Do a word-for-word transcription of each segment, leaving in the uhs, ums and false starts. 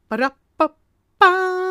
Ba-da-ba-ba.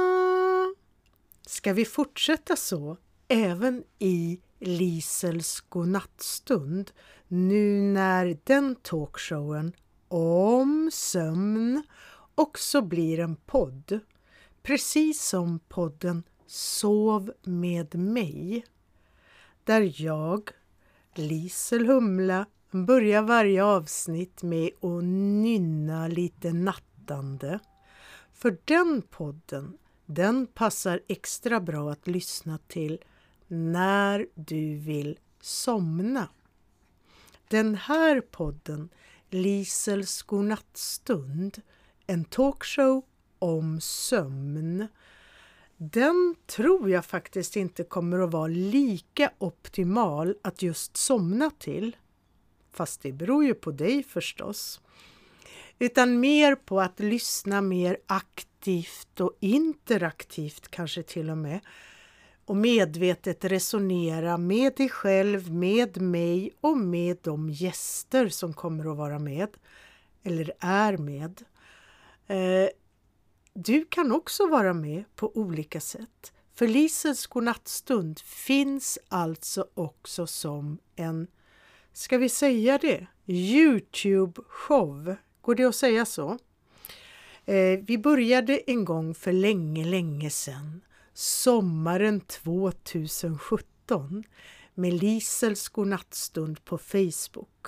Ska vi fortsätta så även i Lisels godnattstund nu när den talkshowen om sömn också blir en podd, precis som podden Sov med mig, där jag, Lisel Humla, börjar varje avsnitt med att nynna lite nattande. För den podden, den passar extra bra att lyssna till när du vill somna. Den här podden, Lisels godnattstund, en talkshow om sömn, den tror jag faktiskt inte kommer att vara lika optimal att just somna till. Fast det beror ju på dig förstås. Utan mer på att lyssna mer aktivt och interaktivt kanske till och med. Och medvetet resonera med dig själv, med mig och med de gäster som kommer att vara med. Eller är med. Eh, du kan också vara med på olika sätt. För Lisels godnattstund finns alltså också som en, ska vi säga det, YouTube-show. Går det att säga så? Eh, vi började en gång för länge, länge sedan. Sommaren tjugohundrasjutton med Lisels godnattstund på Facebook.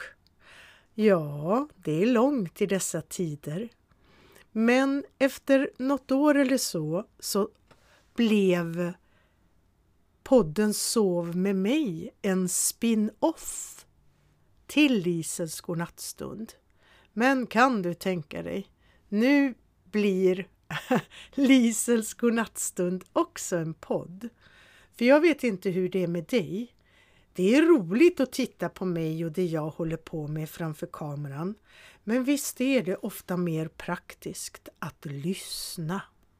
Ja, det är långt i dessa tider. Men efter något år eller så så blev podden Sov med mig en spin-off till Lisels godnattstund. Men kan du tänka dig, nu blir Lisels godnattstund också en podd. För jag vet inte hur det är med dig. Det är roligt att titta på mig och det jag håller på med framför kameran. Men visst är det ofta mer praktiskt att lyssna.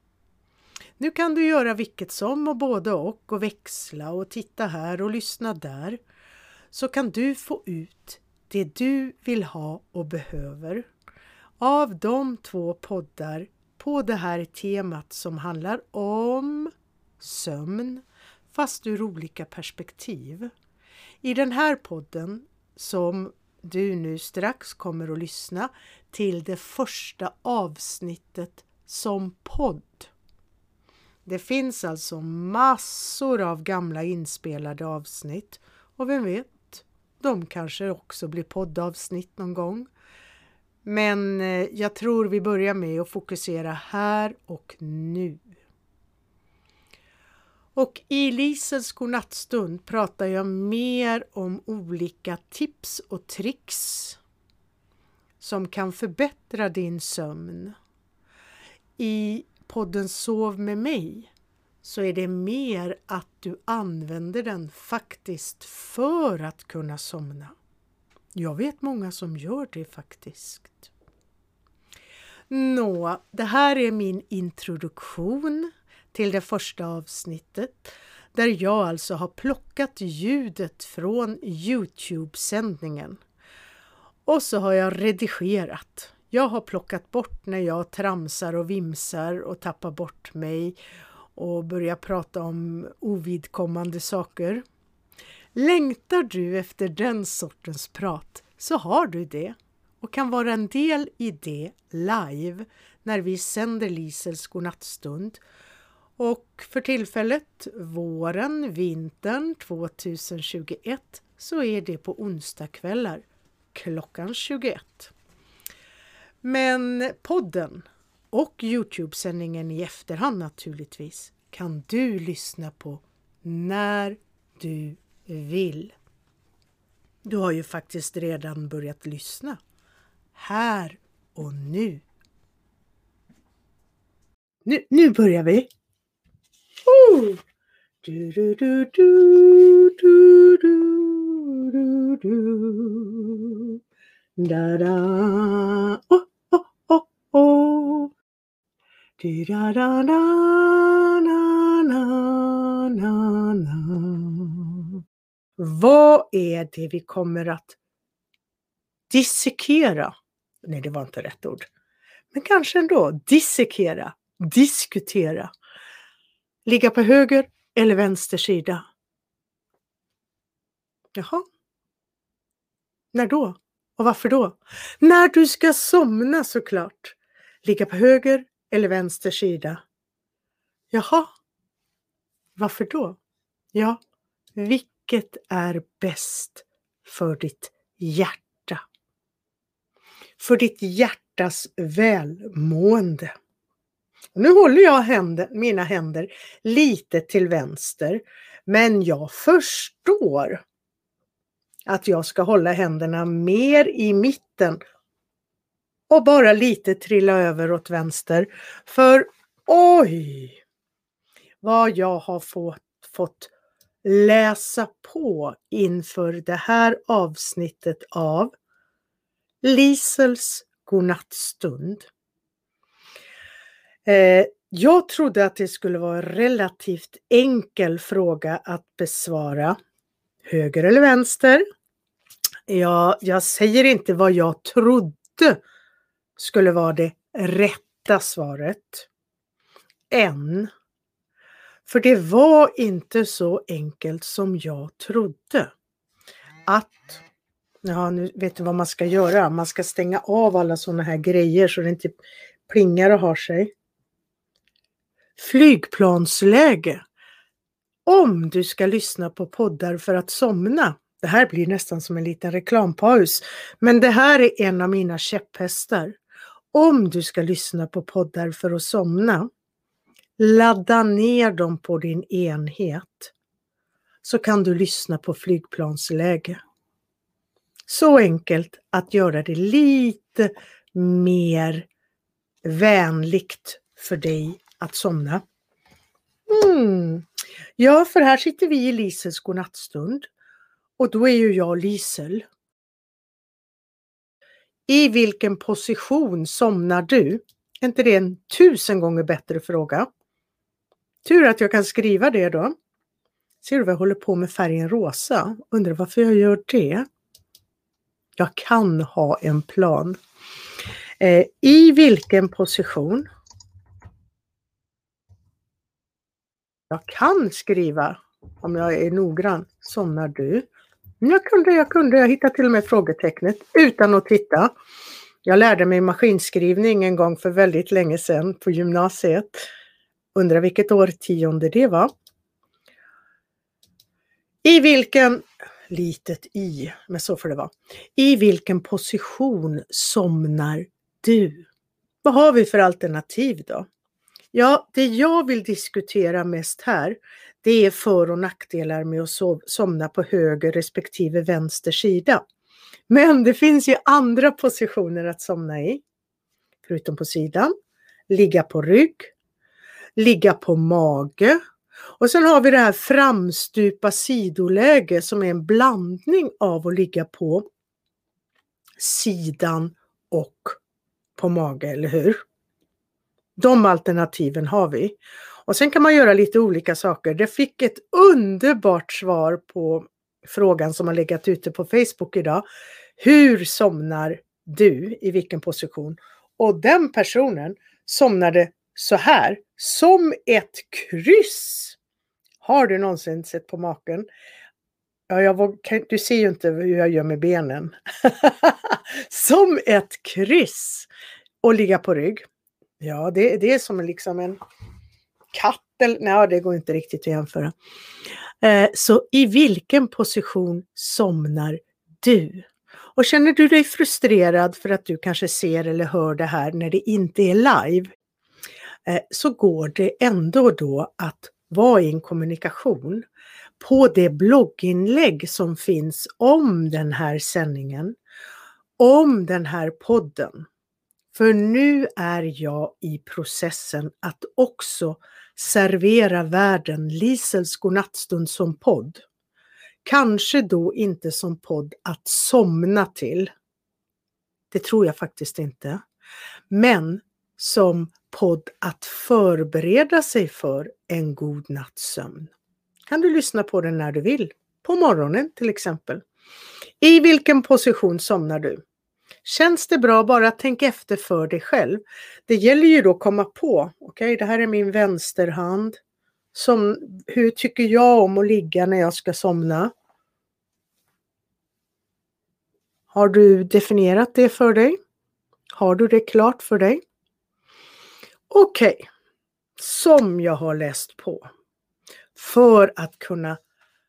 Nu kan du göra vilket som och både och och växla och titta här och lyssna där. Så kan du få ut det du vill ha och behöver av de två poddar på det här temat som handlar om sömn fast ur olika perspektiv. I den här podden som du nu strax kommer att lyssna till det första avsnittet som podd. Det finns alltså massor av gamla inspelade avsnitt och vem vet, de kanske också blir poddavsnitt någon gång. Men jag tror vi börjar med att fokusera här och nu. Och i Lisels godnattstund pratar jag mer om olika tips och tricks som kan förbättra din sömn. I podden Sov med mig så är det mer att du använder den faktiskt för att kunna somna. Jag vet många som gör det faktiskt. Nå, det här är min introduktion till det första avsnittet där jag alltså har plockat ljudet från YouTube-sändningen. Och så har jag redigerat. Jag har plockat bort när jag tramsar och vimsar och tappar bort mig och börjar prata om ovidkommande saker. Längtar du efter den sortens prat så har du det och kan vara en del i det live när vi sänder Lisels godnattstund. Och för tillfället, våren, vintern tjugohundratjugoett, så är det på onsdagskvällar klockan tjugoett. Men podden och YouTube-sändningen i efterhand naturligtvis kan du lyssna på när du vill. Du har ju faktiskt redan börjat lyssna. Här och nu. Nu, nu börjar vi. Oh! Du, du, du, du, du, du, du, du. Da, da. Oh, oh, oh, oh. Du, da, da, da, na, na, na, na. Vad är det vi kommer att dissekera? Nej, det var inte rätt ord. Men kanske ändå dissekera, diskutera. Ligga på höger eller vänster sida? Jaha. När då? Och varför då? När du ska somna såklart. Ligga på höger eller vänster sida? Jaha. Varför då? Ja, vilket är bäst för ditt hjärta? För ditt hjärtas välmående. Nu håller jag händer, mina händer lite till vänster, men jag förstår att jag ska hålla händerna mer i mitten och bara lite trilla över åt vänster. För oj, vad jag har fått, fått läsa på inför det här avsnittet av Lisels godnattstund. Eh, jag trodde att det skulle vara en relativt enkel fråga att besvara. Höger eller vänster? Ja, jag säger inte vad jag trodde skulle vara det rätta svaret. Än. För det var inte så enkelt som jag trodde. Att, ja nu vet du vad man ska göra. Man ska stänga av alla sådana här grejer så det inte plingar och har sig. Flygplansläge. Om du ska lyssna på poddar för att somna. Det här blir nästan som en liten reklampaus. Men det här är en av mina käpphästar. Om du ska lyssna på poddar för att somna. Ladda ner dem på din enhet. Så kan du lyssna på flygplansläge. Så enkelt att göra det lite mer vänligt för dig att somna. Mm. Ja, för här sitter vi i Lisels godnattstund. Och då är ju jag Lisel. I vilken position somnar du? Är inte det en tusen gånger bättre fråga? Tur att jag kan skriva det då. Ser du vad jag håller på med färgen rosa? Undrar varför jag gör det? Jag kan ha en plan. Eh, I vilken position? Jag kan skriva om jag är noggrann. Somnar du? Jag kunde, jag kunde. Jag hittade till och med frågetecknet utan att titta. Jag lärde mig maskinskrivning en gång för väldigt länge sedan på gymnasiet. Undrar vilket årtionde det var. I vilken, litet i, men så får det vara. I vilken position somnar du? Vad har vi för alternativ då? Ja, det jag vill diskutera mest här, det är för- och nackdelar med att sov- somna på höger respektive vänster sida. Men det finns ju andra positioner att somna i. Förutom på sidan. Ligga på rygg. Ligga på mage. Och sen har vi det här framstupa sidoläge som är en blandning av att ligga på sidan och på mage, eller hur? De alternativen har vi. Och sen kan man göra lite olika saker. Det fick ett underbart svar på frågan som har legat ute på Facebook idag. Hur somnar du? I vilken position? Och den personen somnade så här. Som ett kryss. Har du någonsin sett på maken? Ja, jag våg, du ser ju inte hur jag gör med benen. Som ett kryss. Och ligga på rygg. Ja, det, det är som liksom en katt. Eller, nej, det går inte riktigt att jämföra. Eh, så i vilken position somnar du? Och känner du dig frustrerad för att du kanske ser eller hör det här när det inte är live? Eh, så går det ändå då att vara i en kommunikation på det blogginlägg som finns om den här sändningen. Om den här podden. För nu är jag i processen att också servera världen Lisels godnattstund som podd. Kanske då inte som podd att somna till. Det tror jag faktiskt inte. Men som podd att förbereda sig för en god nattsömn. Kan du lyssna på den när du vill. På morgonen till exempel. I vilken position somnar du? Känns det bra, bara tänk efter för dig själv. Det gäller ju då att komma på, okej, okay, det här är min vänsterhand. Som, hur tycker jag om att ligga när jag ska somna? Har du definierat det för dig? Har du det klart för dig? Okej, okay. Som jag har läst på. För att kunna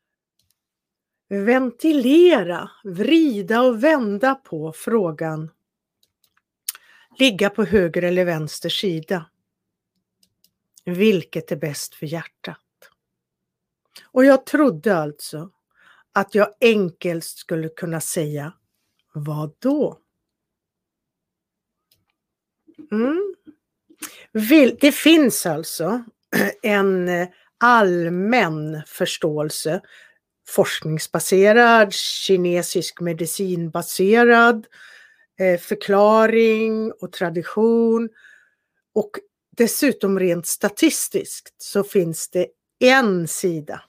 ventilera, vrida och vända på frågan. Ligga på höger eller vänster sida. Vilket är bäst för hjärtat? Och jag trodde alltså att jag enkelt skulle kunna säga vad då? Mm. Det finns alltså en allmän förståelse, forskningsbaserad, kinesisk medicinbaserad eh, förklaring och tradition, och dessutom rent statistiskt så finns det en sida.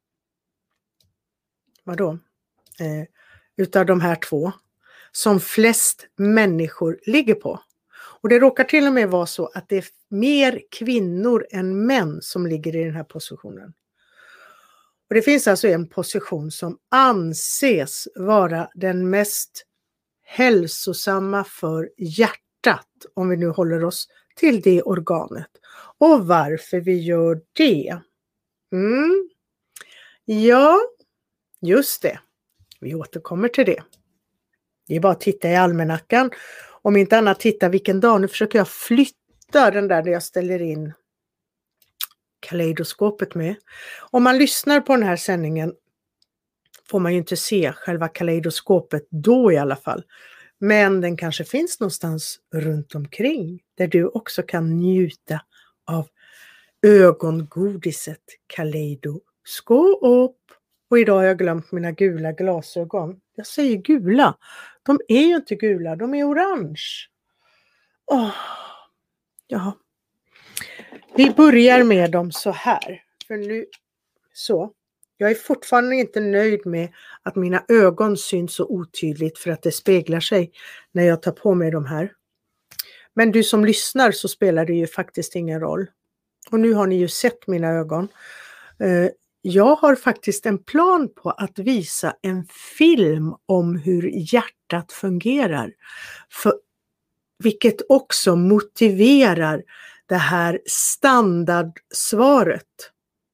Vadå? Eh, utav de här två som flest människor ligger på. Och det råkar till och med vara så att det är mer kvinnor än män som ligger i den här positionen. Och det finns alltså en position som anses vara den mest hälsosamma för hjärtat, om vi nu håller oss till det organet. Och varför vi gör det? Mm. Ja, just det. Vi återkommer till det. Det är bara att titta i almanackan. Om inte annat titta vilken dag. Nu försöker jag flytta den där där jag ställer in kaleidoskopet med. Om man lyssnar på den här sändningen får man ju inte se själva kaleidoskopet då i alla fall. Men den kanske finns någonstans runt omkring där du också kan njuta av ögongodiset kaleidoskop. Och idag har jag glömt mina gula glasögon. Jag säger gula. De är ju inte gula, de är orange. Åh, ja. Vi börjar med dem så här. För nu, så. Jag är fortfarande inte nöjd med att mina ögon syns så otydligt för att det speglar sig när jag tar på mig de här. Men du som lyssnar så spelar det ju faktiskt ingen roll. Och nu har ni ju sett mina ögon. Jag har faktiskt en plan på att visa en film om hur hjärtat fungerar. För, vilket också motiverar det här standardsvaret.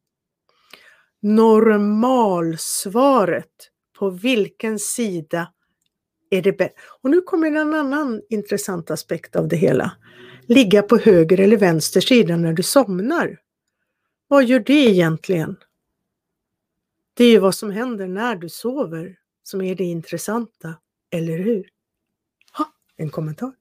Normalsvaret. På vilken sida är det bäst? Och nu kommer en annan intressant aspekt av det hela. Ligga på höger eller vänster sida när du somnar. Vad gör det egentligen? Det är ju vad som händer när du sover som är det intressanta, eller hur? Ha, en kommentar.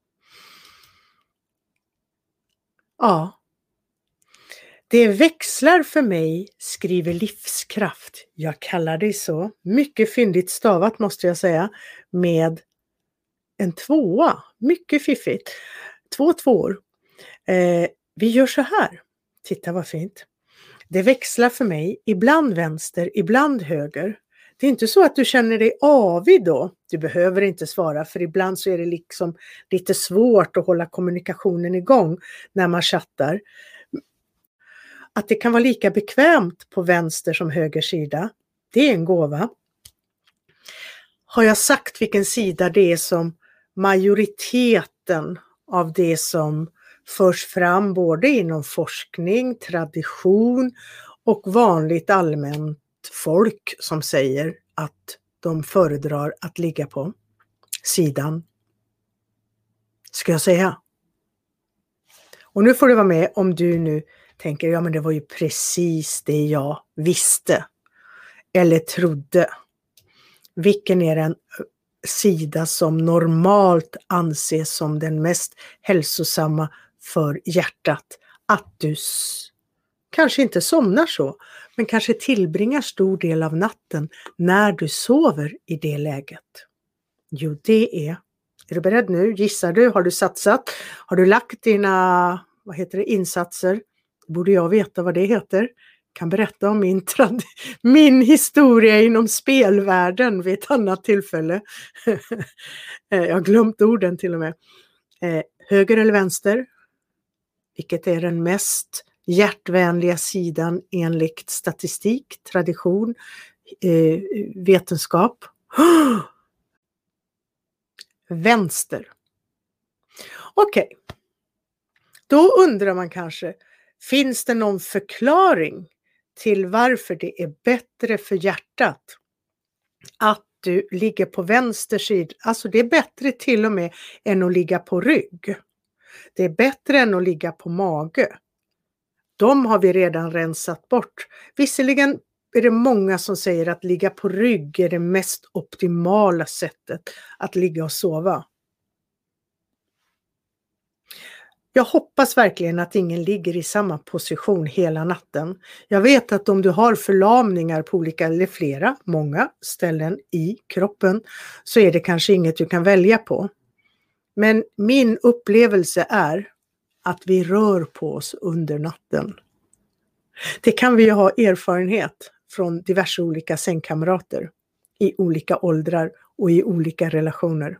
Ja. Det växlar för mig, skriver Livskraft. Jag kallar det så. Mycket fyndigt stavat måste jag säga. Med en tvåa. Mycket fiffigt. Två tvåor. Eh, vi gör så här. Titta vad fint. Det växlar för mig, ibland vänster, ibland höger. Det är inte så att du känner dig avig då. Du behöver inte svara, för ibland så är det liksom lite svårt att hålla kommunikationen igång när man chattar. Att det kan vara lika bekvämt på vänster som höger sida, det är en gåva. Har jag sagt vilken sida det är som majoriteten av det som förs fram både inom forskning, tradition och vanligt allmänt folk som säger att de föredrar att ligga på sidan? Ska jag säga? Och nu får du vara med om du nu tänker, ja men det var ju precis det jag visste eller trodde. Vilken är den sida som normalt anses som den mest hälsosamma för hjärtat? Att du s- kanske inte somnar så, men kanske tillbringar stor del av natten när du sover i det läget. Jo, det är, är du beredd nu? Gissar du? Har du satsat? Har du lagt dina, vad heter det, insatser? Borde jag veta vad det heter? kan berätta om min, trad- min historia inom spelvärlden vid ett annat tillfälle. Eh, Jag har glömt orden till och med. Eh, höger eller vänster? Vilket är den mest hjärtvänliga sidan enligt statistik, tradition, eh, vetenskap? Vänster. Okej. Då undrar man kanske, finns det någon förklaring till varför det är bättre för hjärtat att du ligger på vänster sida? Alltså det är bättre till och med än att ligga på rygg. Det är bättre än att ligga på mage. De har vi redan rensat bort. Visserligen är det många som säger att ligga på rygg är det mest optimala sättet att ligga och sova. Jag hoppas verkligen att ingen ligger i samma position hela natten. Jag vet att om du har förlamningar på olika eller flera, många ställen i kroppen så är det kanske inget du kan välja på. Men min upplevelse är att vi rör på oss under natten. Det kan vi ju ha erfarenhet från diverse olika sängkamrater i olika åldrar och i olika relationer.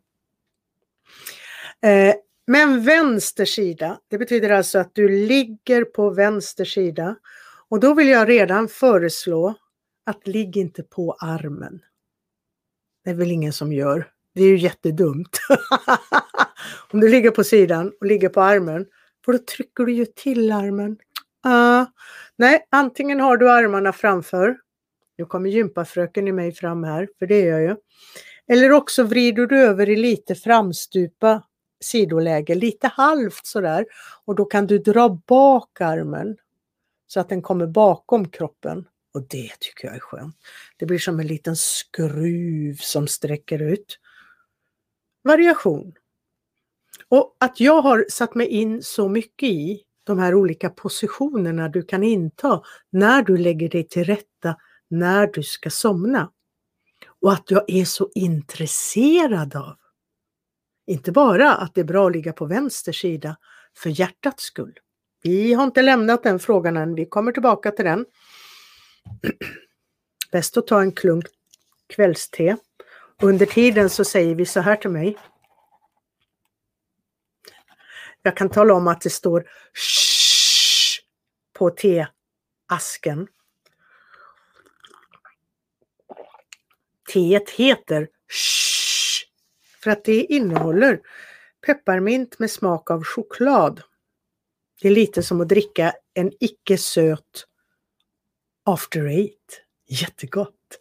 Eh, men vänster sida, det betyder alltså att du ligger på vänster sida. Och då vill jag redan föreslå att ligg inte på armen. Det är väl ingen som gör. Det är ju jättedumt. Om du ligger på sidan och ligger på armen, för då trycker du ju till armen. Uh, nej, antingen har du armarna framför. Nu kommer gympafröken i mig fram här, för det gör jag. Eller också vrider du över i lite framstupa sidoläge, lite halvt sådär. Och då kan du dra bak armen så att den kommer bakom kroppen. Och det tycker jag är skönt. Det blir som en liten skruv som sträcker ut. Variation. Och att jag har satt mig in så mycket i de här olika positionerna du kan inta när du lägger dig till rätta, när du ska somna. Och att jag är så intresserad av. Inte bara att det är bra att ligga på vänster sida för hjärtats skull. Vi har inte lämnat den frågan än, vi kommer tillbaka till den. Bäst att ta en klunk kvällste. Under tiden så säger vi så här till mig. Jag kan tala om att det står shh på teasken. Teet heter shh för att det innehåller pepparmint med smak av choklad. Det är lite som att dricka en icke söt after eight. Jättegott.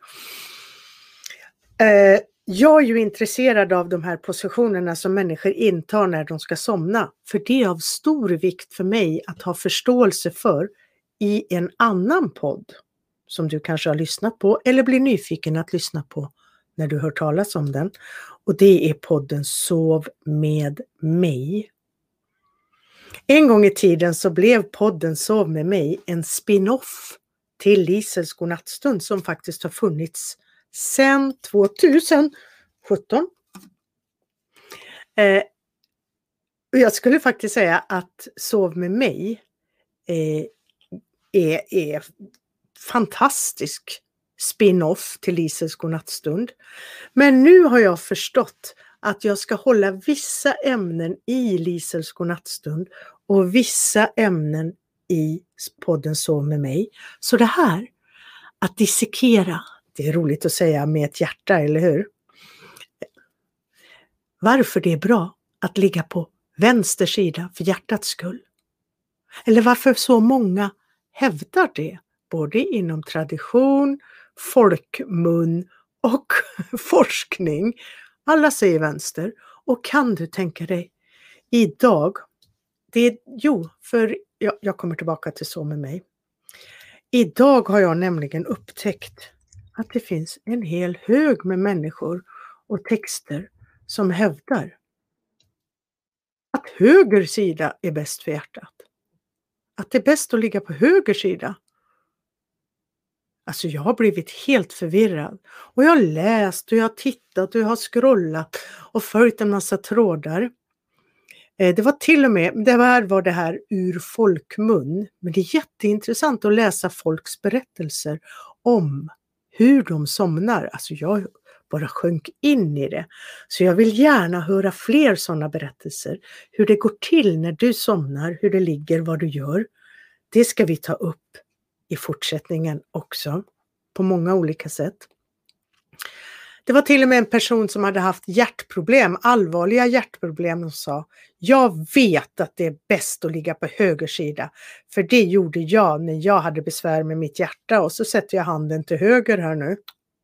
Eh, jag är ju intresserad av de här positionerna som människor intar när de ska somna. För det är av stor vikt för mig att ha förståelse för i en annan podd som du kanske har lyssnat på eller blir nyfiken att lyssna på när du hör talas om den. Och det är podden Sov med mig. En gång i tiden så blev podden Sov med mig en spin-off till Lisels godnattstund som faktiskt har funnits sedan tjugohundrasjutton. Eh, jag skulle faktiskt säga att Sov med mig eh, är, är fantastisk spin-off till Lisels godnattstund. Men nu har jag förstått att jag ska hålla vissa ämnen i Lisels godnattstund och vissa ämnen i podden Sov med mig. Så det här, att dissekera, det är roligt att säga med ett hjärta, eller hur? Varför det är bra att ligga på vänster sida för hjärtats skull. Eller varför så många hävdar det, både inom tradition, folkmun och forskning. Alla säger vänster. Och kan du tänka dig, idag, det är, jo, för jag, jag kommer tillbaka till Så med mig. Idag har jag nämligen upptäckt att det finns en hel hög med människor och texter som hävdar att höger sida är bäst för hjärtat. Att det är bäst att ligga på höger sida. Alltså jag har blivit helt förvirrad. Och jag har läst och jag har tittat och jag har scrollat och följt en massa trådar. Eh, det var till och med, det här var det här ur folkmun, men det är jätteintressant att läsa folks berättelser om hur de somnar. Alltså jag bara sjönk in i det. Så jag vill gärna höra fler sådana berättelser. Hur det går till när du somnar, hur det ligger, vad du gör. Det ska vi ta upp i fortsättningen också på många olika sätt. Det var till och med en person som hade haft hjärtproblem, allvarliga hjärtproblem, och sa: jag vet att det är bäst att ligga på höger sida, för det gjorde jag när jag hade besvär med mitt hjärta. Och så sätter jag handen till höger här nu.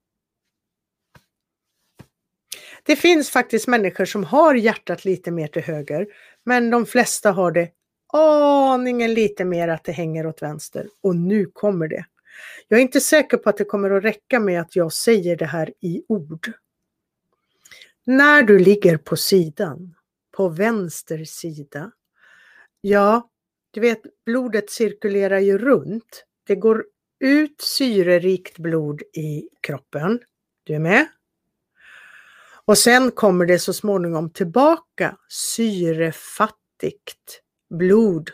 Det finns faktiskt människor som har hjärtat lite mer till höger, men de flesta har det aningen lite mer att det hänger åt vänster. Och nu kommer det. Jag är inte säker på att det kommer att räcka med att jag säger det här i ord. När du ligger på sidan, på vänster sida, ja, du vet, blodet cirkulerar ju runt. Det går ut syrerikt blod i kroppen. Du är med? Och sen kommer det så småningom tillbaka syrefattigt blod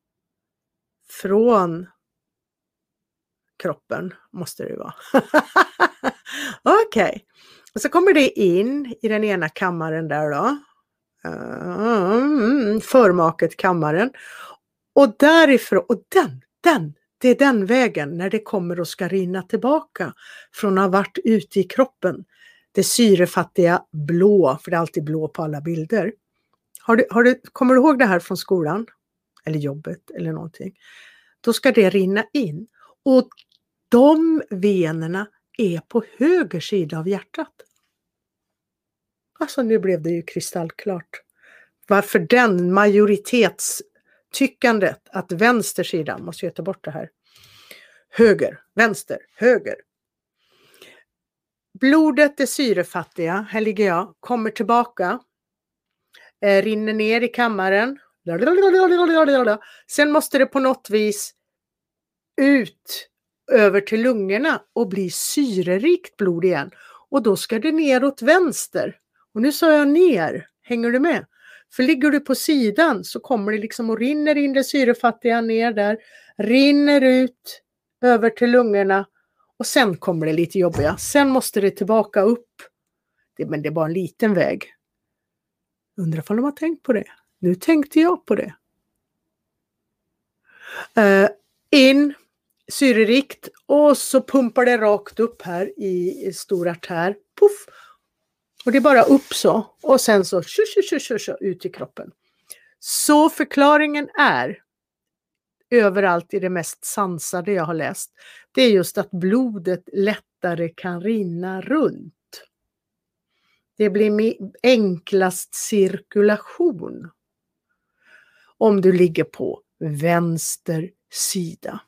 från kroppen, måste det vara. Okej. Okay. Och så kommer det in i den ena kammaren där då. Mm, förmaket kammaren. Och därifrån, och den, den, det är den vägen när det kommer och ska rinna tillbaka från att ha varit ute i kroppen. Det syrefattiga blå, för det är alltid blå på alla bilder. Har du, har du, kommer du ihåg det här från skolan? Eller jobbet eller någonting? Då ska det rinna in. Och de venerna är på höger sida av hjärtat. Alltså nu blev det ju kristallklart. Varför den majoritetstyckandet att vänster sida, måste jag ta bort det här. Höger, vänster, höger. Blodet är syrefattiga, här ligger jag, kommer tillbaka. Eh, rinner ner i kammaren. Sen måste det på något vis ut över till lungorna och bli syrerikt blod igen. Och då ska det ner åt vänster. Och nu sa jag ner. Hänger du med? För ligger du på sidan så kommer det liksom och rinner in det syrefattiga ner där. Rinner ut över till lungorna. Och sen kommer det lite jobbiga. Sen måste det tillbaka upp. Det, men det är bara en liten väg. Undrar om de har tänkt på det. Nu tänkte jag på det. Uh, in. Syrerikt och så pumpar det rakt upp här i, i stora artär. Puff! Och det är bara upp så. Och sen så tju, tju, tju, tju, tju, ut i kroppen. Så förklaringen är överallt i det mest sansade jag har läst. Det är just att blodet lättare kan rinna runt. Det blir enklast cirkulation om du ligger på vänster sida.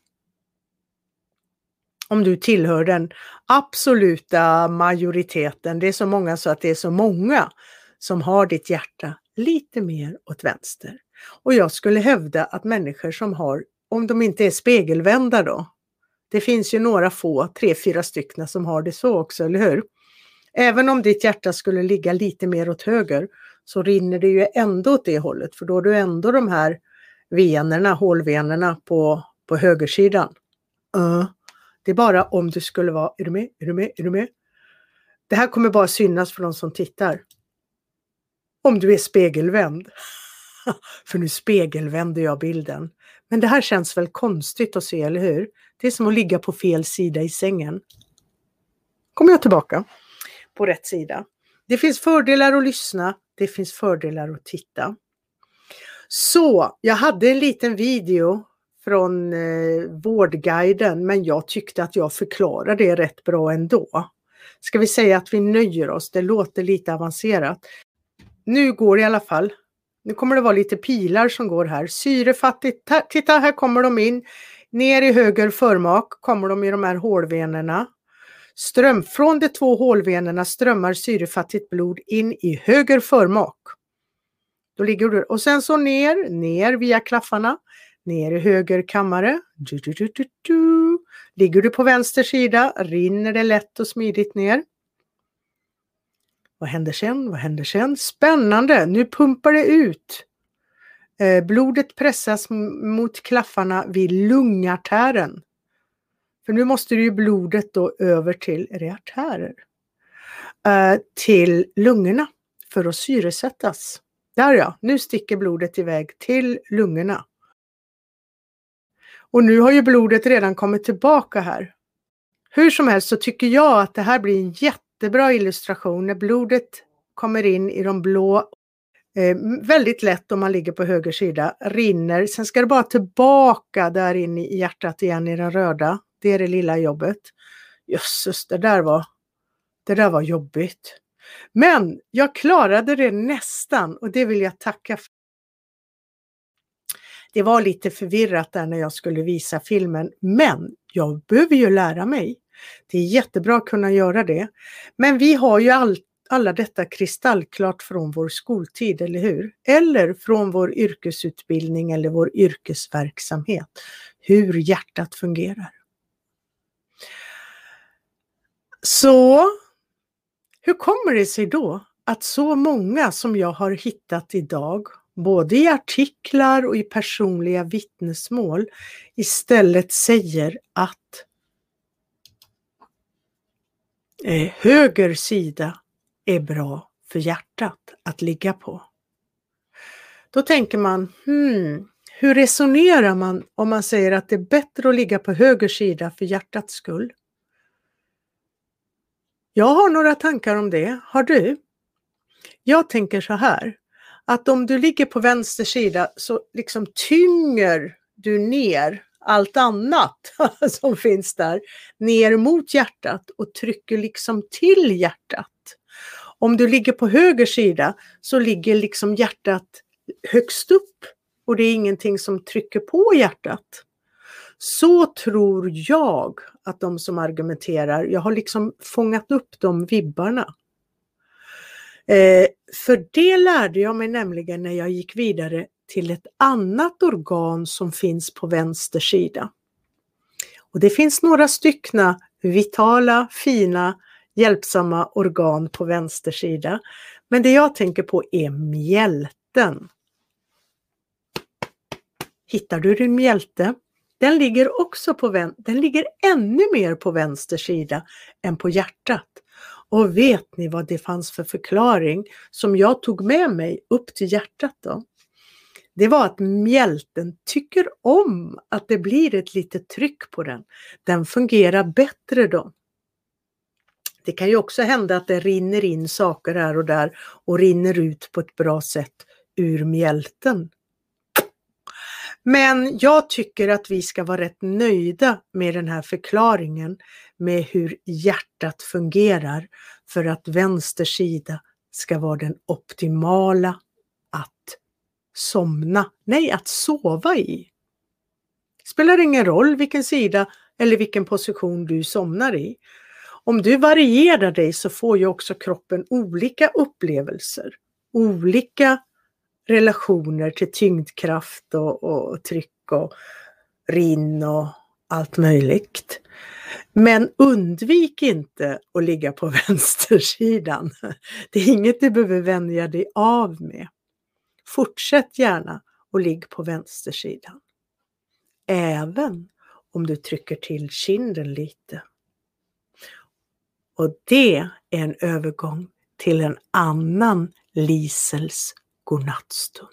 Om du tillhör den absoluta majoriteten, det är så många så att det är så många som har ditt hjärta lite mer åt vänster. Och jag skulle hävda att människor som har, om de inte är spegelvända då, det finns ju några få, tre, fyra stycken som har det så också, eller hur? Även om ditt hjärta skulle ligga lite mer åt höger så rinner det ju ändå åt det hållet, för då har du ändå de här venerna, hålvenerna på, på högersidan. Uh. Det är bara om du skulle vara, är du med, är du med, är du med? Det här kommer bara synas för de som tittar. Om du är spegelvänd. För nu spegelvänder jag bilden. Men det här känns väl konstigt att se, eller hur? Det är som att ligga på fel sida i sängen. Kommer jag tillbaka på rätt sida. Det finns fördelar att lyssna. Det finns fördelar att titta. Så, jag hade en liten video från eh, Vårdguiden, men jag tyckte att jag förklarade det rätt bra ändå. Ska vi säga att vi nöjer oss? Det låter lite avancerat. Nu går det i alla fall. Nu kommer det vara lite pilar som går här. Syrefattigt. Titta, här kommer de in. Ner i höger förmak kommer de i de här hålvenerna. Ström, från de två hålvenerna strömmar syrefattigt blod in i höger förmak. Då ligger du, och sen så ner, ner via klaffarna. Ner i höger kammare. Du, du, du, du, du. Ligger du på vänster sida rinner det lätt och smidigt ner. Vad händer sen? Vad händer sen? Spännande! Nu pumpar det ut Eh, blodet pressas m- mot klaffarna vid lungartären. För nu måste ju blodet då över till, är det artärer? Eh, till lungorna för att syresättas. Där ja, nu sticker blodet iväg till lungorna. Och nu har ju blodet redan kommit tillbaka här. Hur som helst så tycker jag att det här blir en jättebra illustration när blodet kommer in i de blå, eh, väldigt lätt om man ligger på höger sida, rinner. Sen ska det bara tillbaka där in i hjärtat igen i den röda. Det är det lilla jobbet. Jösses, det där var, det där var jobbigt. Men jag klarade det nästan och det vill jag tacka för. Det var lite förvirrat där när jag skulle visa filmen, men jag behöver ju lära mig. Det är jättebra att kunna göra det. Men vi har ju all, alla detta kristallklart från vår skoltid, eller hur? Eller från vår yrkesutbildning eller vår yrkesverksamhet. Hur hjärtat fungerar. Så hur kommer det sig då att så många som jag har hittat idag, både i artiklar och i personliga vittnesmål, istället säger att eh, höger sida är bra för hjärtat att ligga på? Då tänker man, hmm, hur resonerar man om man säger att det är bättre att ligga på höger sida för hjärtats skull? Jag har några tankar om det. Har du? Jag tänker så här, att om du ligger på vänster sida så liksom tynger du ner allt annat som finns där ner mot hjärtat och trycker liksom till hjärtat. Om du ligger på höger sida så ligger liksom hjärtat högst upp och det är ingenting som trycker på hjärtat. Så tror jag att de som argumenterar, jag har liksom fångat upp de vibbarna. Eh, för det lärde jag mig nämligen när jag gick vidare till ett annat organ som finns på vänster sida. Och det finns några styckna vitala, fina, hjälpsamma organ på vänster sida. Men det jag tänker på är mjälten. Hittar du din mjälte? Den ligger också på vän- den ligger ännu mer på vänster sida än på hjärtat. Och vet ni vad det fanns för förklaring som jag tog med mig upp till hjärtat då? Det var att mjälten tycker om att det blir ett litet tryck på den. Den fungerar bättre då. Det kan ju också hända att det rinner in saker här och där och rinner ut på ett bra sätt ur mjälten. Men jag tycker att vi ska vara rätt nöjda med den här förklaringen med hur hjärtat fungerar för att vänster sida ska vara den optimala att somna, nej att sova i. Spelar ingen roll vilken sida eller vilken position du somnar i. Om du varierar dig så får ju också kroppen olika upplevelser, olika relationer till tyngdkraft och, och tryck och rinn och allt möjligt. Men undvik inte att ligga på vänstersidan. Det är inget du behöver vänja dig av med. Fortsätt gärna och ligg på vänstersidan. Även om du trycker till kinden lite. Och det är en övergång till en annan Lisels godnattstund.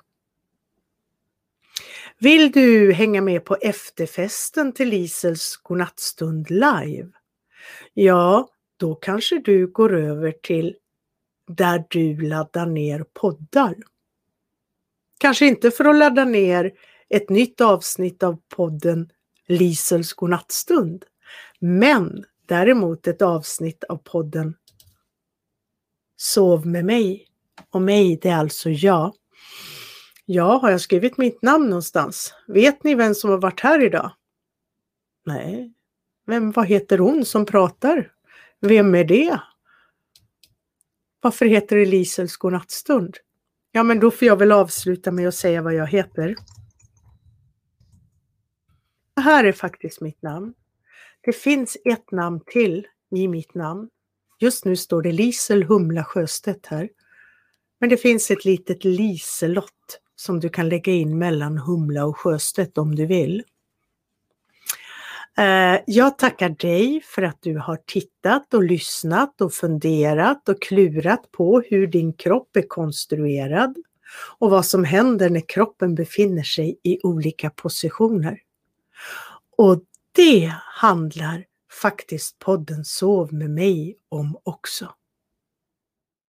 Vill du hänga med på efterfesten till Lisels godnattstund live? Ja, då kanske du går över till där du laddar ner poddar. Kanske inte för att ladda ner ett nytt avsnitt av podden Lisels godnattstund, men däremot ett avsnitt av podden Sov med mig. Och mig, det är alltså jag. Ja, har jag skrivit mitt namn någonstans? Vet ni vem som har varit här idag? Nej. Vem, vad heter hon som pratar? Vem är det? Varför heter det Lisels godnattstund? Ja, men då får jag väl avsluta med att säga vad jag heter. Det här är faktiskt mitt namn. Det finns ett namn till i mitt namn. Just nu står det Lisel Humla Sjöstedt här. Men det finns ett litet Liselott som du kan lägga in mellan Humla och Sjöstedt om du vill. Jag tackar dig för att du har tittat och lyssnat och funderat och klurat på hur din kropp är konstruerad och vad som händer när kroppen befinner sig i olika positioner. Och det handlar faktiskt podden Sov med mig om också.